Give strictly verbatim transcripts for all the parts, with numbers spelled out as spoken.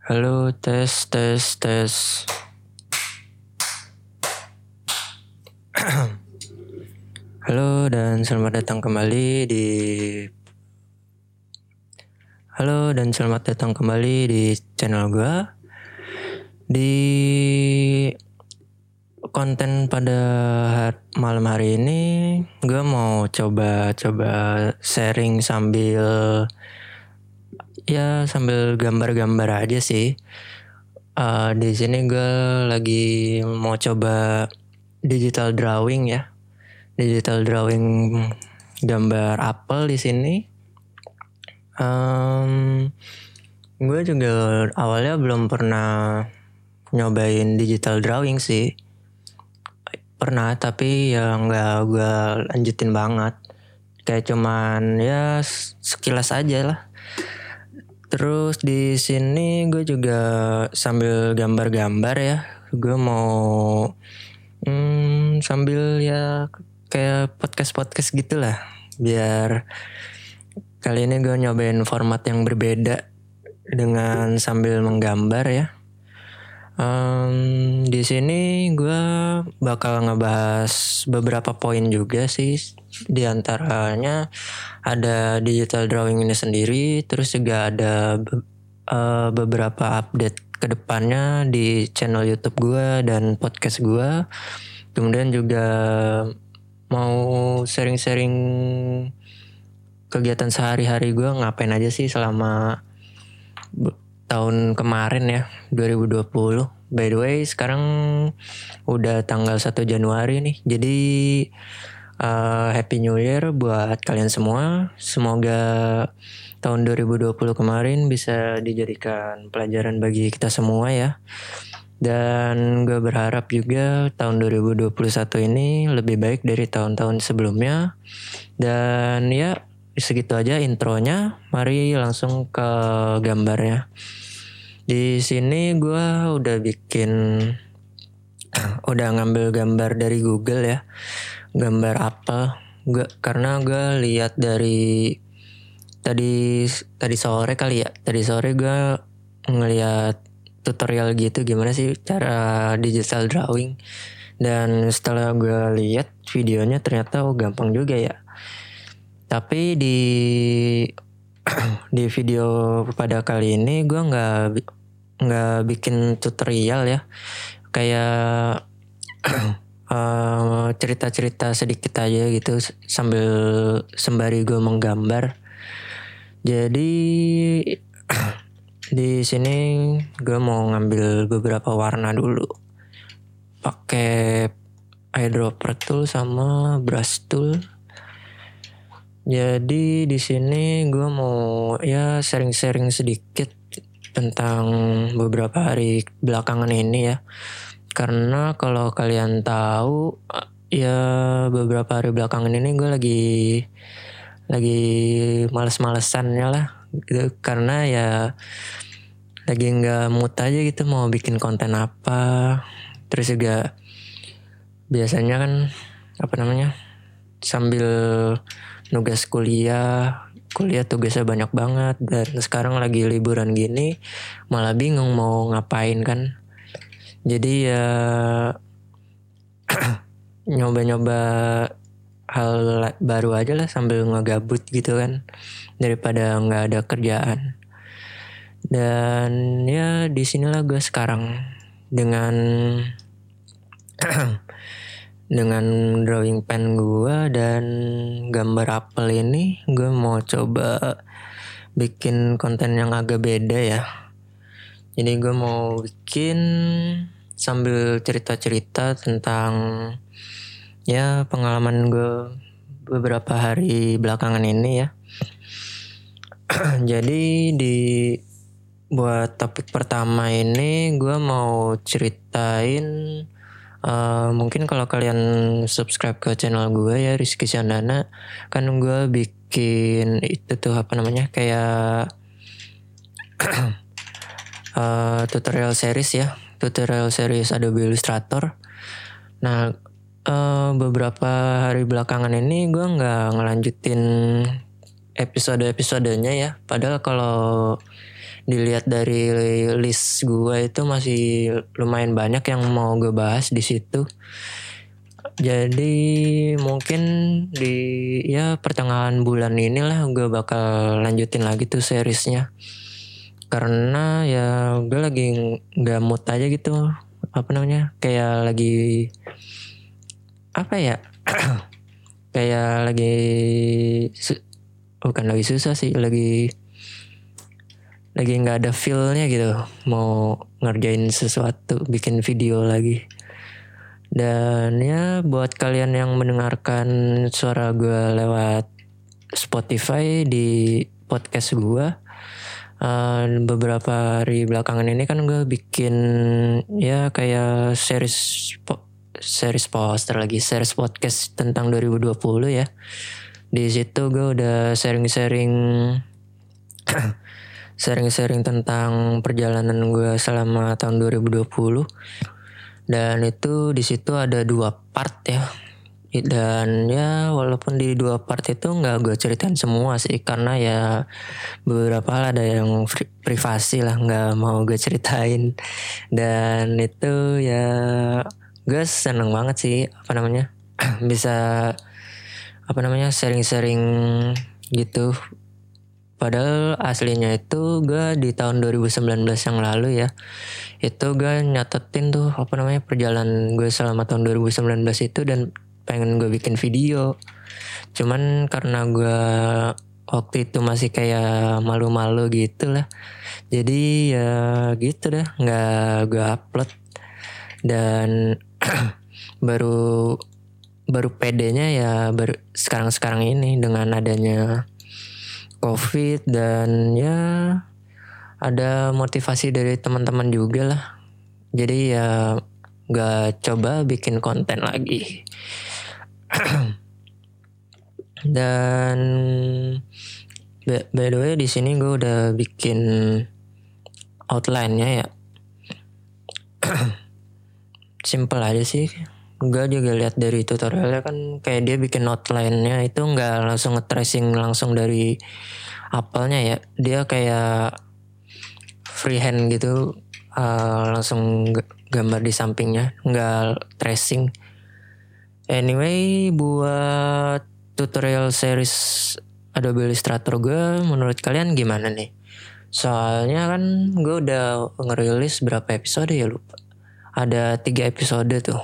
Halo, tes, tes, tes. Halo dan selamat datang kembali di Halo dan selamat datang kembali di channel gue. Di konten pada har- malam hari ini gue mau coba-coba sharing sambil ya sambil gambar-gambar aja sih. Uh, di sini gue lagi mau coba digital drawing ya. Digital drawing gambar apel di sini. Um, gue juga awalnya belum pernah nyobain digital drawing sih. Pernah tapi ya nggak gue lanjutin banget. Kayak cuman ya sekilas aja lah. Terus di sini gue juga sambil gambar-gambar ya. Gue mau hmm, sambil ya kayak podcast-podcast gitulah, biar kali ini gue nyobain format yang berbeda dengan sambil menggambar ya. Um, di sini gue bakal ngebahas beberapa poin juga sih. Di antaranya ada digital drawing ini sendiri, terus juga ada be- uh, beberapa update kedepannya di channel YouTube gue dan podcast gue. Kemudian juga mau sharing-sharing kegiatan sehari-hari gue ngapain aja sih selama be- tahun kemarin ya, dua ribu dua puluh. By the way, sekarang udah tanggal satu Januari nih. Jadi uh, Happy New Year buat kalian semua. Semoga tahun dua ribu dua puluh kemarin bisa dijadikan pelajaran bagi kita semua ya. Dan gue berharap juga tahun dua ribu dua puluh satu ini lebih baik dari tahun-tahun sebelumnya. Dan ya segitu aja intronya. Mari langsung ke gambarnya. Di sini gue udah bikin, udah ngambil gambar dari Google ya, gambar apel. Gue karena gue lihat dari tadi tadi sore kali ya. Tadi sore gue ngeliat tutorial gitu gimana sih cara digital drawing, dan setelah gue lihat videonya ternyata oh gampang juga ya. Tapi di di video pada kali ini gue nggak nggak bikin tutorial ya, kayak uh, cerita-cerita sedikit aja gitu sambil sembari gue menggambar. Jadi di sini gue mau ngambil beberapa warna dulu, pakai eyedropper tool sama brush tool. Jadi di sini gue mau ya sharing-sharing sedikit tentang beberapa hari belakangan ini ya. Karena kalau kalian tahu ya beberapa hari belakangan ini gue lagi lagi males-malesannya lah gitu, karena ya lagi nggak mood aja gitu mau bikin konten apa. Terus juga biasanya kan apa namanya sambil nugas kuliah kuliah tugasnya banyak banget, dan sekarang lagi liburan gini malah bingung mau ngapain kan. Jadi ya nyoba-nyoba hal baru aja lah sambil ngegabut gitu kan, daripada nggak ada kerjaan. Dan ya disinilah gue sekarang dengan dengan drawing pen gue dan gambar apel ini. Gue mau coba bikin konten yang agak beda ya. Jadi gue mau bikin sambil cerita-cerita tentang ya pengalaman gue beberapa hari belakangan ini ya. Jadi di buat topik pertama ini gue mau ceritain, uh, mungkin kalau kalian subscribe ke channel gue ya Rizky Syandana, kan gue bikin itu tuh apa namanya kayak uh, tutorial series ya, tutorial series Adobe Illustrator. Nah uh, beberapa hari belakangan ini gue nggak ngelanjutin episode-episodenya ya. Padahal kalau dilihat dari list gue itu masih lumayan banyak yang mau gue bahas di situ. Jadi mungkin di ya pertengahan bulan inilah gue bakal lanjutin lagi tuh seriesnya. Karena ya gue lagi nggak mood aja gitu, apa namanya, kayak lagi apa ya, kayak lagi su- bukan lagi susah sih, lagi lagi nggak ada feelnya gitu mau ngerjain sesuatu, bikin video lagi. Dan ya buat kalian yang mendengarkan suara gue lewat Spotify di podcast gue, uh, beberapa hari belakangan ini kan gue bikin ya kayak series po- series poster lagi, series podcast tentang dua ribu dua puluh ya. Di situ gue udah sharing-sharing sharing-sharing tentang perjalanan gue selama tahun dua ribu dua puluh. Dan itu di situ ada dua part ya. Dan ya walaupun di dua part itu nggak gue ceritain semua sih, karena ya beberapa hal ada yang pri- privasi lah, nggak mau gue ceritain. Dan itu ya gue seneng banget sih, apa namanya, bisa apa namanya sharing-sharing gitu. Padahal aslinya itu gue di tahun dua ribu sembilan belas yang lalu ya, itu gue nyatetin tuh apa namanya perjalanan gue selama tahun dua ribu sembilan belas itu, dan pengen gue bikin video. Cuman karena gue waktu itu masih kayak malu-malu gitu lah, jadi ya gitu dah, nggak gue upload. Dan baru baru pedenya ya baru sekarang-sekarang ini dengan adanya COVID, dan ya ada motivasi dari teman-teman juga lah. Jadi ya gak coba bikin konten lagi. Dan by the way di sini gue udah bikin outline-nya ya. Simple aja sih. Gue juga lihat dari tutorialnya kan kayak dia bikin outline-nya itu nggak langsung nge-tracing langsung dari apelnya ya. Dia kayak freehand gitu, uh, langsung gambar di sampingnya, nggak tracing. Anyway, buat tutorial series Adobe Illustrator gue, menurut kalian gimana nih? Soalnya kan gue udah ngerilis berapa episode ya, lupa. Ada tiga episode tuh.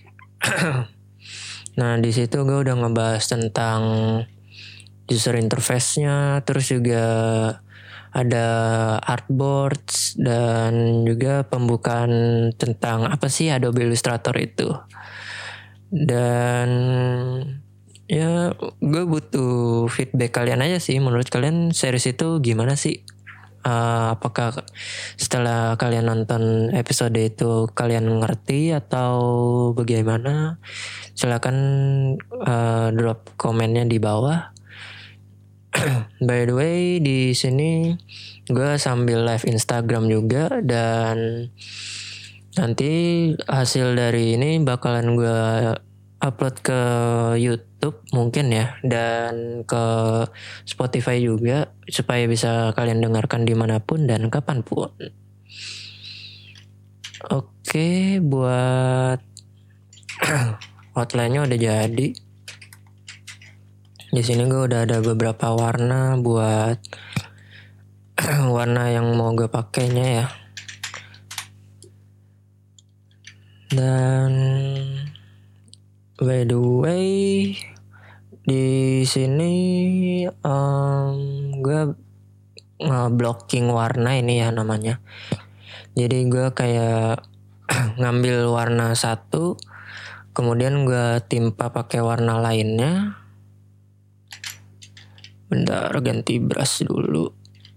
Nah di situ gue udah ngebahas tentang user interface-nya, terus juga ada artboards, dan juga pembukaan tentang apa sih Adobe Illustrator itu. Dan ya gue butuh feedback kalian aja sih, menurut kalian series itu gimana sih? Uh, apakah setelah kalian nonton episode itu kalian ngerti atau bagaimana? Silakan uh, drop komennya di bawah. By the way, di sini gue sambil live Instagram juga, dan nanti hasil dari ini bakalan gue upload ke YouTube mungkin ya, dan ke Spotify juga, supaya bisa kalian dengarkan dimanapun dan kapanpun. Oke, buat outline-nya udah jadi. Di sini gue udah ada beberapa warna buat warna yang mau gue pakainya ya. Dan by the way, di sini um, gue nge-blocking warna ini ya namanya. Jadi gue kayak ngambil warna satu, kemudian gue timpa pakai warna lainnya. Bentar, ganti brush dulu.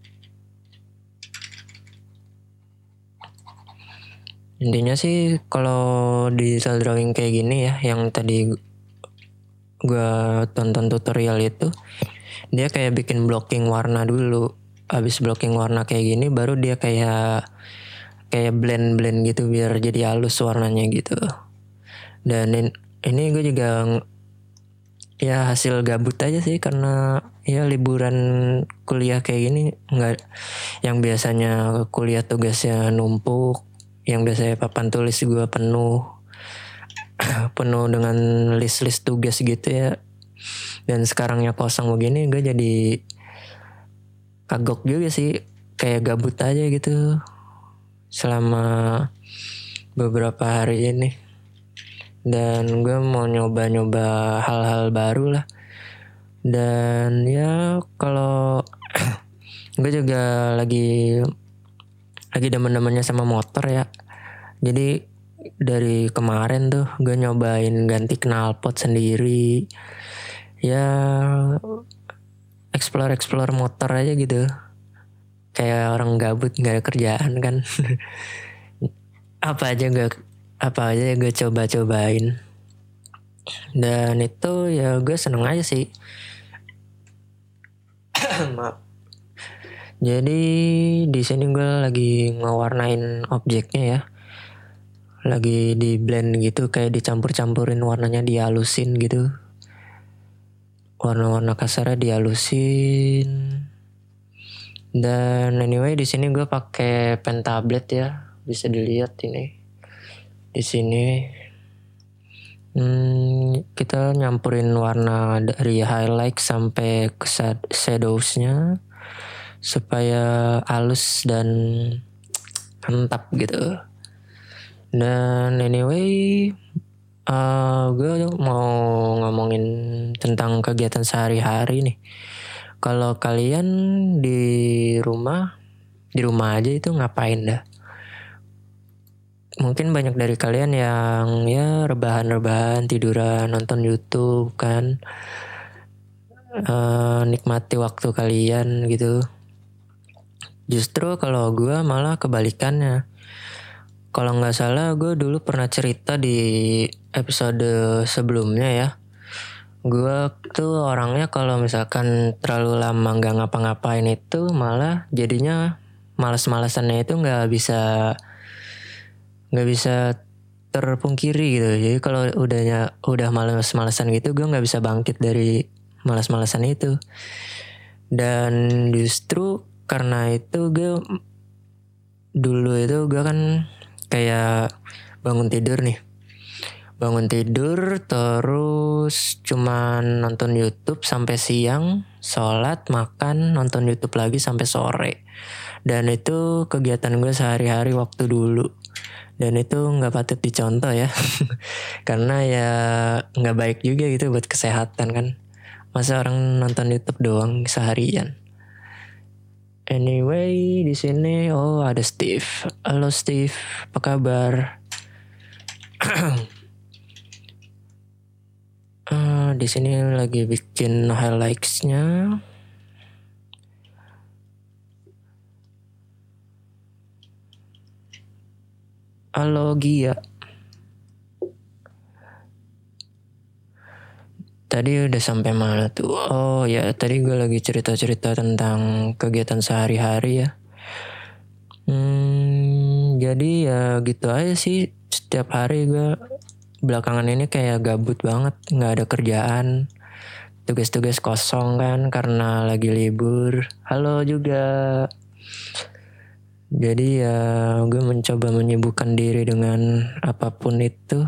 Intinya sih kalau digital drawing kayak gini ya, yang tadi gue tonton tutorial itu, dia kayak bikin blocking warna dulu. Habis blocking warna kayak gini, baru dia kayak kayak blend-blend gitu biar jadi halus warnanya gitu. Dan in, ini gue juga ya hasil gabut aja sih, karena ya liburan kuliah kayak gini nggak, yang biasanya kuliah tugasnya numpuk, yang biasanya papan tulis gue penuh penuh dengan list-list tugas gitu ya, dan sekarangnya kosong begini, gue jadi kagok juga sih, kayak gabut aja gitu selama beberapa hari ini. Dan gue mau nyoba-nyoba hal-hal baru lah. Dan ya kalau gue juga lagi lagi demen-demennya sama motor ya. Jadi dari kemarin tuh gue nyobain ganti knalpot sendiri. Ya explore-explore motor aja gitu. Kayak orang gabut gak ada kerjaan kan. apa aja gue apa aja gue coba-cobain. Dan itu ya gue seneng aja sih. Maaf. Jadi di sini gue lagi ngewarnain objeknya ya. Lagi di blend gitu, kayak dicampur-campurin warnanya, dihalusin gitu. Warna-warna kasarnya dihalusin. Dan anyway di sini gue pakai pen tablet ya. Bisa dilihat ini. Di sini hmm, kita nyampurin warna dari highlight sampai ke shadowsnya supaya halus dan mantap gitu. Dan anyway uh, gue mau ngomongin tentang kegiatan sehari-hari nih. Kalau kalian di rumah di rumah aja itu ngapain dah? Mungkin banyak dari kalian yang ya rebahan-rebahan, tiduran, nonton YouTube kan, uh, nikmati waktu kalian gitu. Justru kalau gue malah kebalikannya. Kalau nggak salah gue dulu pernah cerita di episode sebelumnya ya. Gue tuh orangnya kalau misalkan terlalu lama nggak ngapa-ngapain itu malah jadinya malas-malasannya itu nggak bisa nggak bisa terpungkiri gitu. Jadi kalau udahnya udah malas-malasan gitu, gue nggak bisa bangkit dari malas-malasan itu. Dan justru karena itu gue dulu itu gue kan kayak bangun tidur nih. Bangun tidur terus cuman nonton YouTube sampai siang, sholat, makan, nonton YouTube lagi sampai sore. Dan itu kegiatan gue sehari-hari waktu dulu. Dan itu gak patut dicontoh ya. Karena ya gak baik juga gitu buat kesehatan kan. Masa orang nonton YouTube doang seharian. Anyway, di sini oh ada Steve. Halo Steve, apa kabar? uh, di sini lagi bikin highlights-nya. Halo Gia. Tadi udah sampai mana tuh? Oh ya, tadi gue lagi cerita-cerita tentang kegiatan sehari-hari ya. Hmm, jadi ya gitu aja sih. Setiap hari gue belakangan ini kayak gabut banget, nggak ada kerjaan. Tugas-tugas kosong kan karena lagi libur. Halo juga. Jadi ya gue mencoba menyibukkan diri dengan apapun itu.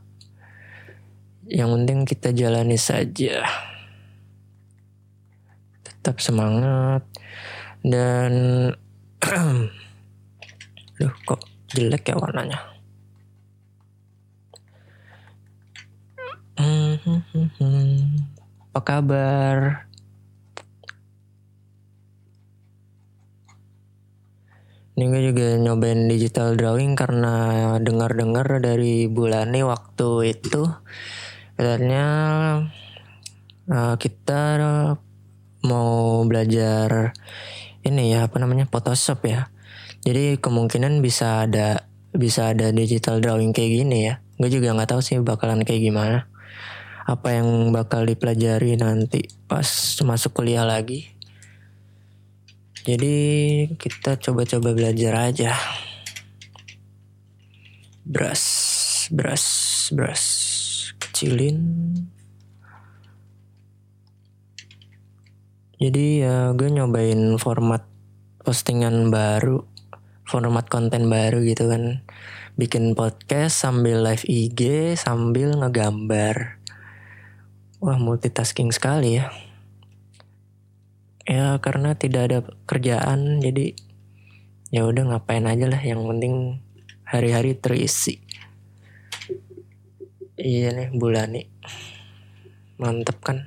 Yang penting kita jalani saja. Tetap semangat. Dan Duh kok jelek ya warnanya. Apa kabar? Ini gue juga nyobain digital drawing karena dengar-dengar dari Bulani waktu itu katanya uh, kita mau belajar ini ya apa namanya Photoshop ya. Jadi kemungkinan bisa ada bisa ada digital drawing kayak gini ya. Gue juga nggak tahu sih bakalan kayak gimana. Apa yang bakal dipelajari nanti pas masuk kuliah lagi. Jadi kita coba-coba belajar aja. Brush, brush, brush. Kecilin. Jadi ya gue nyobain format postingan baru, format konten baru gitu kan. Bikin podcast sambil live I G sambil ngegambar. Wah, multitasking sekali ya. Ya karena tidak ada kerjaan, jadi ya udah ngapain aja lah, yang penting hari-hari terisi. Iya nih bulan nih. Mantep kan?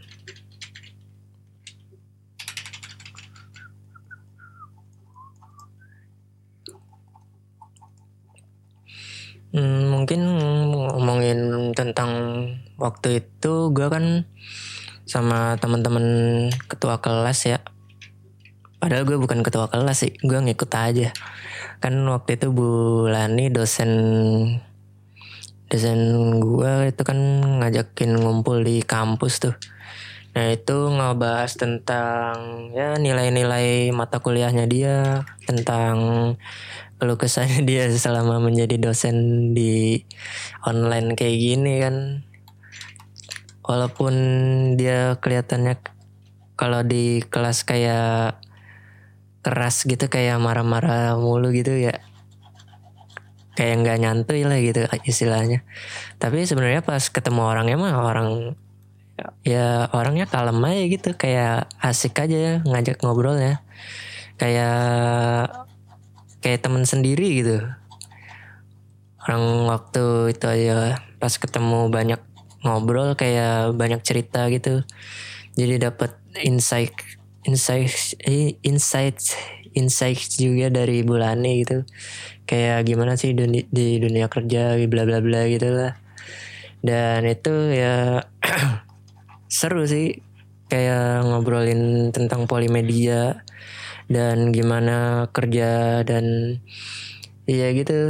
Hmm, mungkin ngomongin tentang waktu itu gue kan sama teman-teman ketua kelas ya. Padahal gue bukan ketua kelas sih, gue ngikut aja. Kan waktu itu Bu Lani dosen dosen gue itu kan ngajakin ngumpul di kampus tuh. Nah itu ngebahas tentang ya nilai-nilai mata kuliahnya dia, tentang keluh kesahnya dia selama menjadi dosen di online kayak gini kan. Walaupun dia kelihatannya kalau di kelas kayak keras gitu, kayak marah-marah mulu gitu ya, kayak nggak nyantui lah gitu istilahnya. Tapi sebenarnya pas ketemu orangnya mah orang ya orangnya kalem aja gitu, kayak asik aja ngajak ngobrolnya, kayak kayak temen sendiri gitu. Orang waktu itu aja pas ketemu banyak ngobrol, kayak banyak cerita gitu. Jadi dapat insight insight insight insight juga dari Bulani gitu. Kayak gimana sih dunia, di dunia kerja bla bla bla gitu lah. Dan itu ya seru sih, kayak ngobrolin tentang polimedia dan gimana kerja dan iya gitu.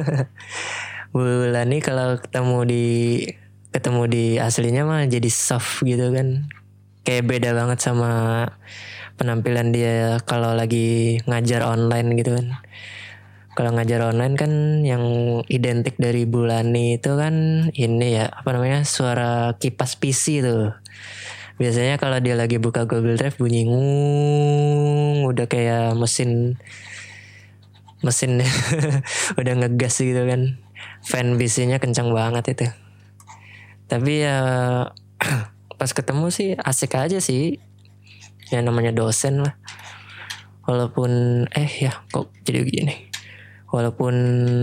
Bulan nih kalau ketemu di ketemu di aslinya mah jadi soft gitu kan, kayak beda banget sama penampilan dia kalau lagi ngajar online gitu kan. Kalau ngajar online kan yang identik dari Bulani itu kan ini ya, apa namanya, suara kipas P C tuh. Biasanya kalau dia lagi buka Google Drive bunyi ngung, udah kayak mesin mesin udah ngegas gitu kan. Fan P C-nya kencang banget itu. Tapi ya pas ketemu sih asik aja sih. Ya namanya dosen lah. Walaupun eh ya kok jadi gini. Walaupun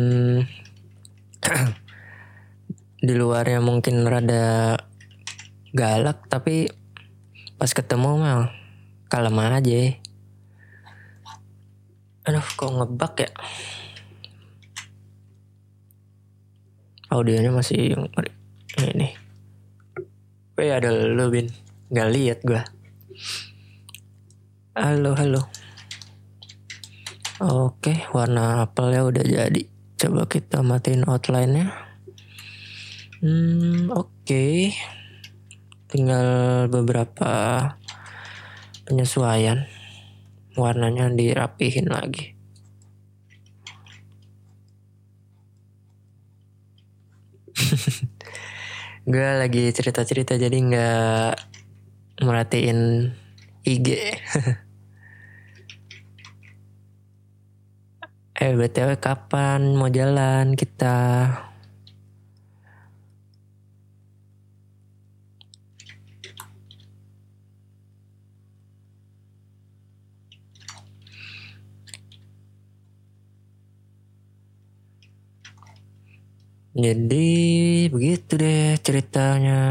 di luarnya mungkin rada galak, tapi pas ketemu mah kalem aja. Aduh kok ngebug ya. Audionya masih ini nih. Weh ada lu Bin, gak lihat gua. Halo halo. Oke, warna apel ya udah jadi. Coba kita matiin outline-nya. Hmm, oke. Okay. Tinggal beberapa penyesuaian. Warnanya dirapihin lagi. Gue lagi cerita-cerita jadi gak merhatiin I G. Eh B T W kapan mau jalan kita? Jadi begitu deh ceritanya.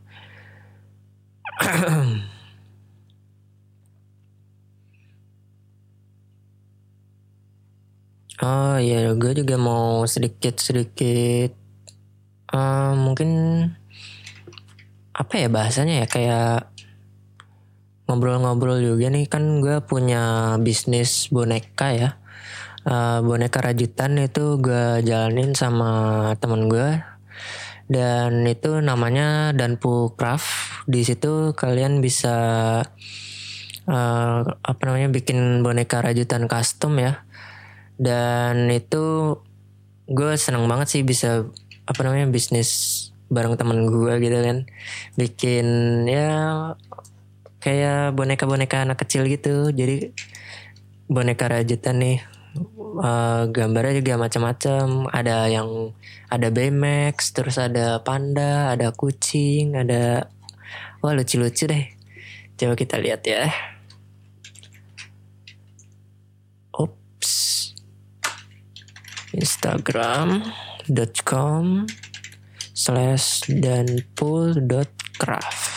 Oh iya, gue juga mau sedikit-sedikit uh, mungkin apa ya bahasanya ya, kayak ngobrol-ngobrol juga nih. Kan gue punya bisnis boneka ya, uh, boneka rajutan itu gue jalanin sama temen gue, dan itu namanya Danpu Craft. Di situ kalian bisa uh, apa namanya bikin boneka rajutan custom ya. Dan itu gue seneng banget sih bisa apa namanya bisnis bareng temen gue gitu kan, bikin ya kayak boneka-boneka anak kecil gitu. Jadi boneka rajutan nih. Uh, gambarnya juga macam-macam. Ada yang ada Baymax, terus ada panda, ada kucing, ada wah lucu-lucu deh. Coba kita lihat ya. Oops. Instagram.com slash danpool.craft.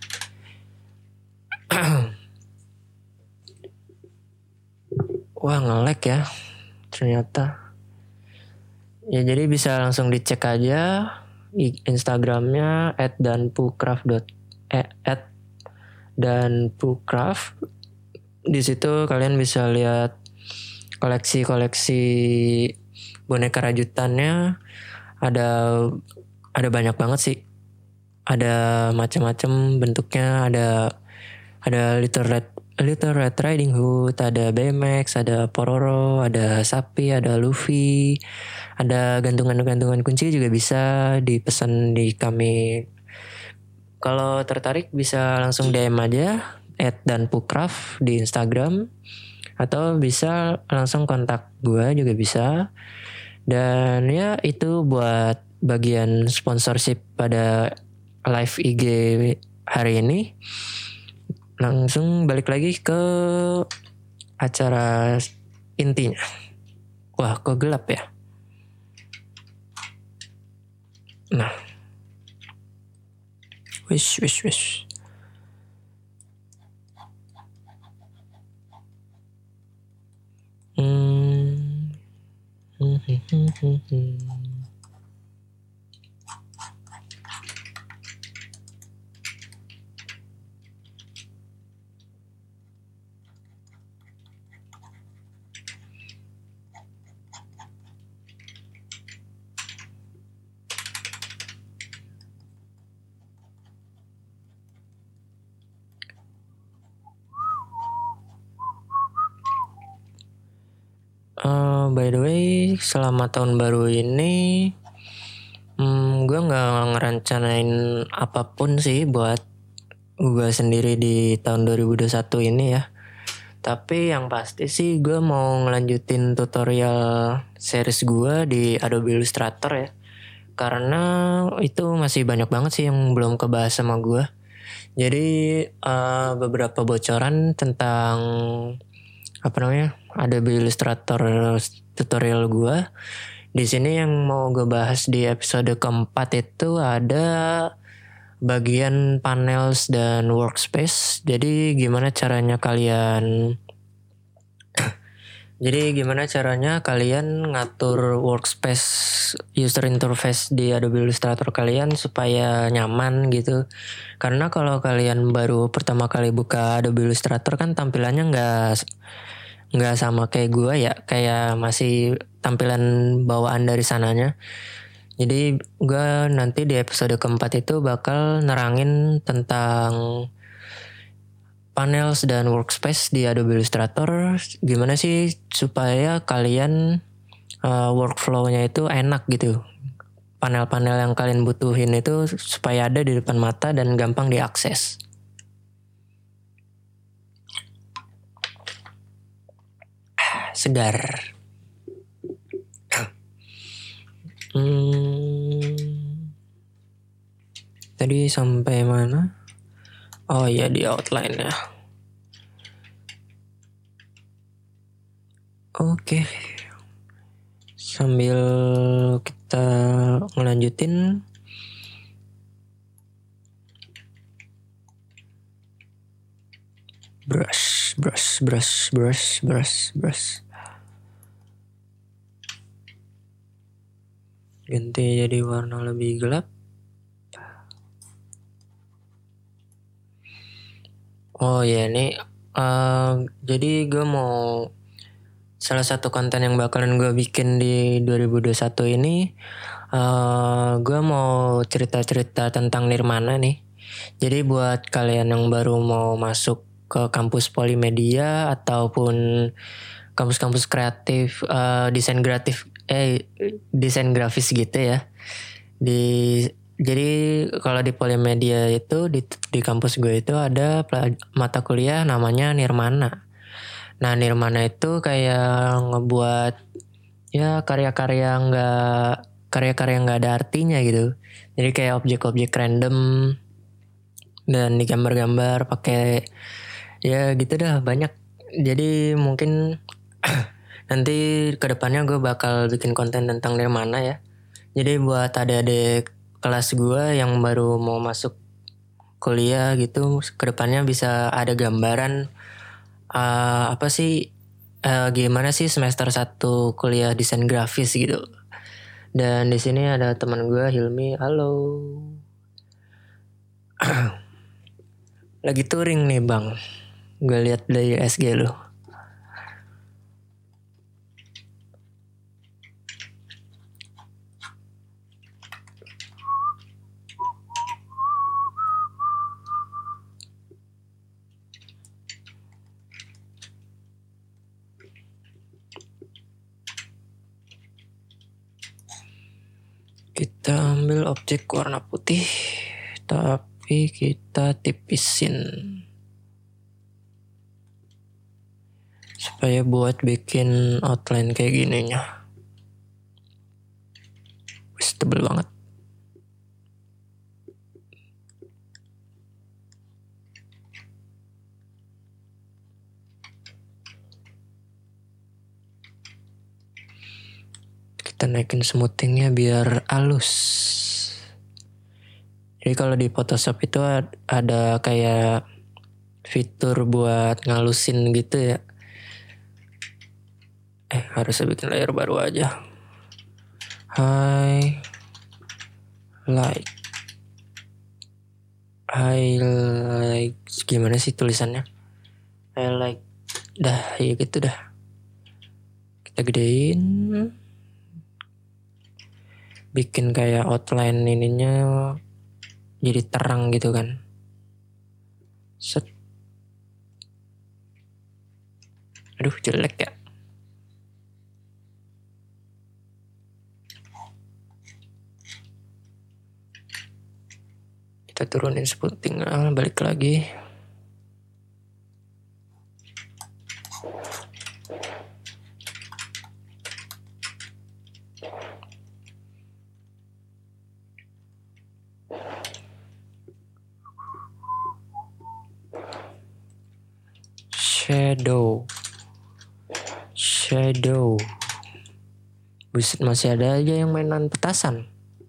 Wah nge-lag ya ternyata. Ya jadi bisa langsung dicek aja Instagramnya at danpucraft eh, at danpucraft. Di situ kalian bisa lihat koleksi-koleksi boneka rajutannya. Ada ada banyak banget sih. Ada macam-macam bentuknya. Ada ada Little Red Little Red Riding Hood, ada Baymax, ada Pororo, ada Sapi, ada Luffy, ada gantungan-gantungan kunci juga bisa dipesan di kami. Kalau tertarik bisa langsung D M aja at danpucraft di Instagram, atau bisa langsung kontak gue juga bisa. Dan ya itu buat bagian sponsorship pada live I G hari ini. Langsung balik lagi ke acara intinya. Wah, kok gelap ya? Nah. Wish, wish, wish. Hmm. Hmm, hmm, hmm, hmm, hmm. Uh, by the way, selama tahun baru ini, hmm, gue nggak ngerencanain apapun sih buat gue sendiri di tahun dua ribu dua puluh satu ini ya. Tapi yang pasti sih gue mau ngelanjutin tutorial series gue di Adobe Illustrator ya. Karena itu masih banyak banget sih yang belum kebahas sama gue. Jadi uh, beberapa bocoran tentang apa namanya Adobe Illustrator tutorial gue di sini yang mau gue bahas di episode keempat itu ada bagian panels dan workspace. Jadi gimana caranya kalian jadi gimana caranya kalian ngatur workspace user interface di Adobe Illustrator kalian supaya nyaman gitu. Karena kalau kalian baru pertama kali buka Adobe Illustrator kan tampilannya nggak nggak sama kayak gue ya, kayak masih tampilan bawaan dari sananya. Jadi gue nanti di episode keempat itu bakal nerangin tentang panels dan workspace di Adobe Illustrator. Gimana sih supaya kalian uh, workflow-nya itu enak gitu. Panel-panel yang kalian butuhin itu supaya ada di depan mata dan gampang diakses. Segar. Hmm, tadi sampai mana? Oh iya di outline ya. Oke. Sambil kita ngelanjutin. Brush, brush, brush, brush, brush, brush. Ganti jadi warna lebih gelap. Oh ya ini uh, jadi gue mau salah satu konten yang bakalan gue bikin di dua ribu dua puluh satu ini, uh, gue mau cerita-cerita tentang Nirmana nih. Jadi buat kalian yang baru mau masuk ke kampus Polimedia ataupun kampus-kampus kreatif, uh, desain kreatif, eh desain grafis gitu ya, di Jadi kalau di Polimedia itu di, di kampus gue itu ada mata kuliah namanya Nirmana. Nah Nirmana itu kayak ngebuat ya karya-karya nggak karya-karya nggak ada artinya gitu. Jadi kayak objek-objek random dan digambar-gambar pakai ya gitu dah banyak. Jadi mungkin nanti kedepannya gue bakal bikin konten tentang Nirmana ya. Jadi buat adik-adik kelas gue yang baru mau masuk kuliah gitu, kedepannya bisa ada gambaran uh, apa sih, uh, gimana sih semester satu kuliah desain grafis gitu. Dan di sini ada teman gue Hilmi, halo. Lagi touring nih bang, gue lihat dari S G lo. Kita ambil objek warna putih, tapi kita tipisin supaya buat bikin outline kayak gininya. Wis tebel banget. Kita naikin smoothingnya biar halus. Jadi kalau di Photoshop itu ada kayak fitur buat ngalusin gitu ya. Eh harusnya bikin layer baru aja. Highlight. Highlight. Gimana sih tulisannya? Highlight. Dah ya gitu dah. Kita gedein. Bikin kayak outline ininya jadi terang gitu kan. Set. Aduh jelek ya. Kita turunin smoothing, balik lagi. Shadow. Shadow. Buset masih ada aja yang mainan petasan.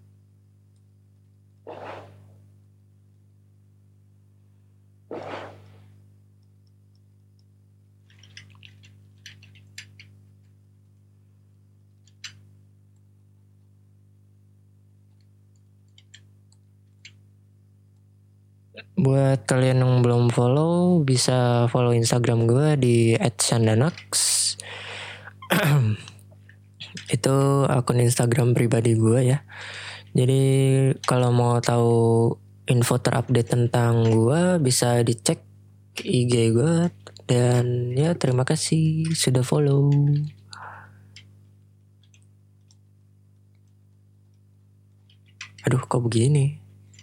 Buat kalian yang belum follow, bisa follow Instagram gue di et shandanax. Itu akun Instagram pribadi gue ya. Jadi kalau mau tahu info terupdate tentang gue bisa dicek I G gue. Dan ya terima kasih sudah follow. Aduh kok begini?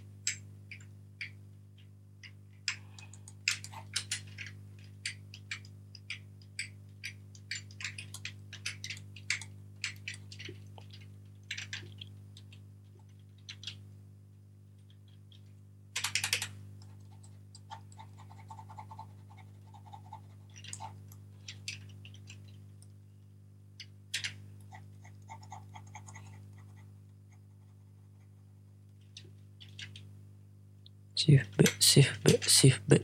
Shift B, Shift B, Shift B.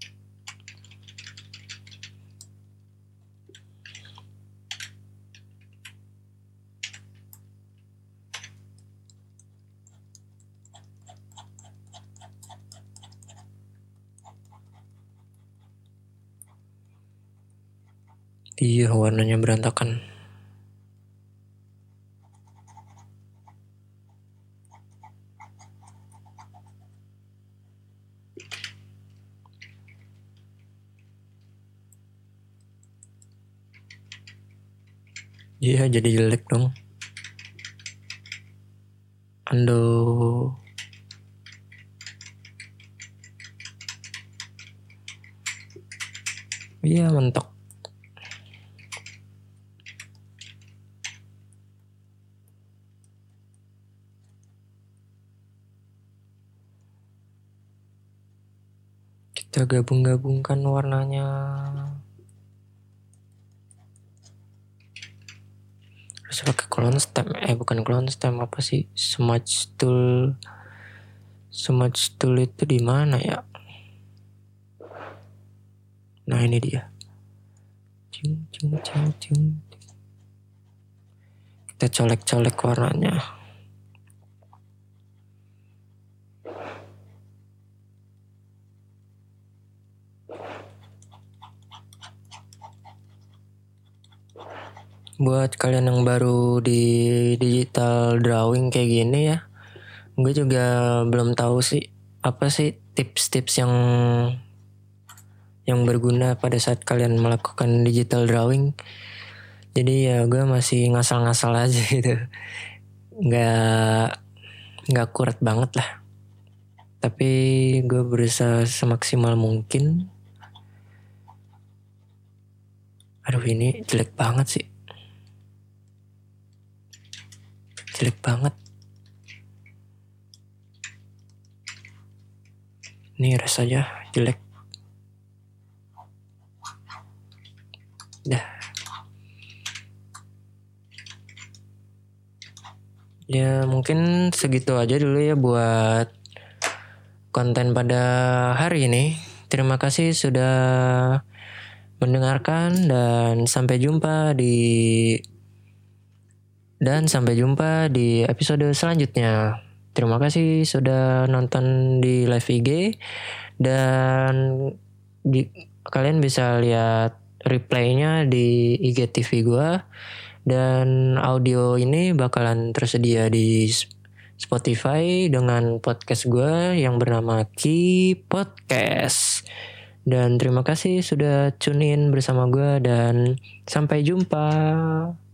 Iya warnanya berantakan. Iya jadi jelek dong. Ando. Iya, mentok. Kita gabung-gabungkan warnanya. Harus pakai clone stamp. Eh bukan clone stamp, apa sih? Smudge tool. Smudge tool itu di mana ya? Nah ini dia. Cung, cung, cung, cung. Kita colek-colek warnanya. Buat kalian yang baru di digital drawing kayak gini ya, gue juga belum tahu sih apa sih tips-tips yang yang berguna pada saat kalian melakukan digital drawing. Jadi ya gue masih ngasal-ngasal aja gitu, nggak nggak akurat banget lah. Tapi gue berusaha semaksimal mungkin. Aduh ini jelek banget sih. Jelek banget. Ini rasanya jelek. Dah. Ya mungkin segitu aja dulu ya buat konten pada hari ini. Terima kasih sudah mendengarkan dan sampai jumpa di dan sampai jumpa di episode selanjutnya. Terima kasih sudah nonton di live I G dan di, kalian bisa lihat replaynya di I G T V gue, dan audio ini bakalan tersedia di Spotify dengan podcast gue yang bernama Ki Podcast. Dan terima kasih sudah tune in bersama gue dan sampai jumpa.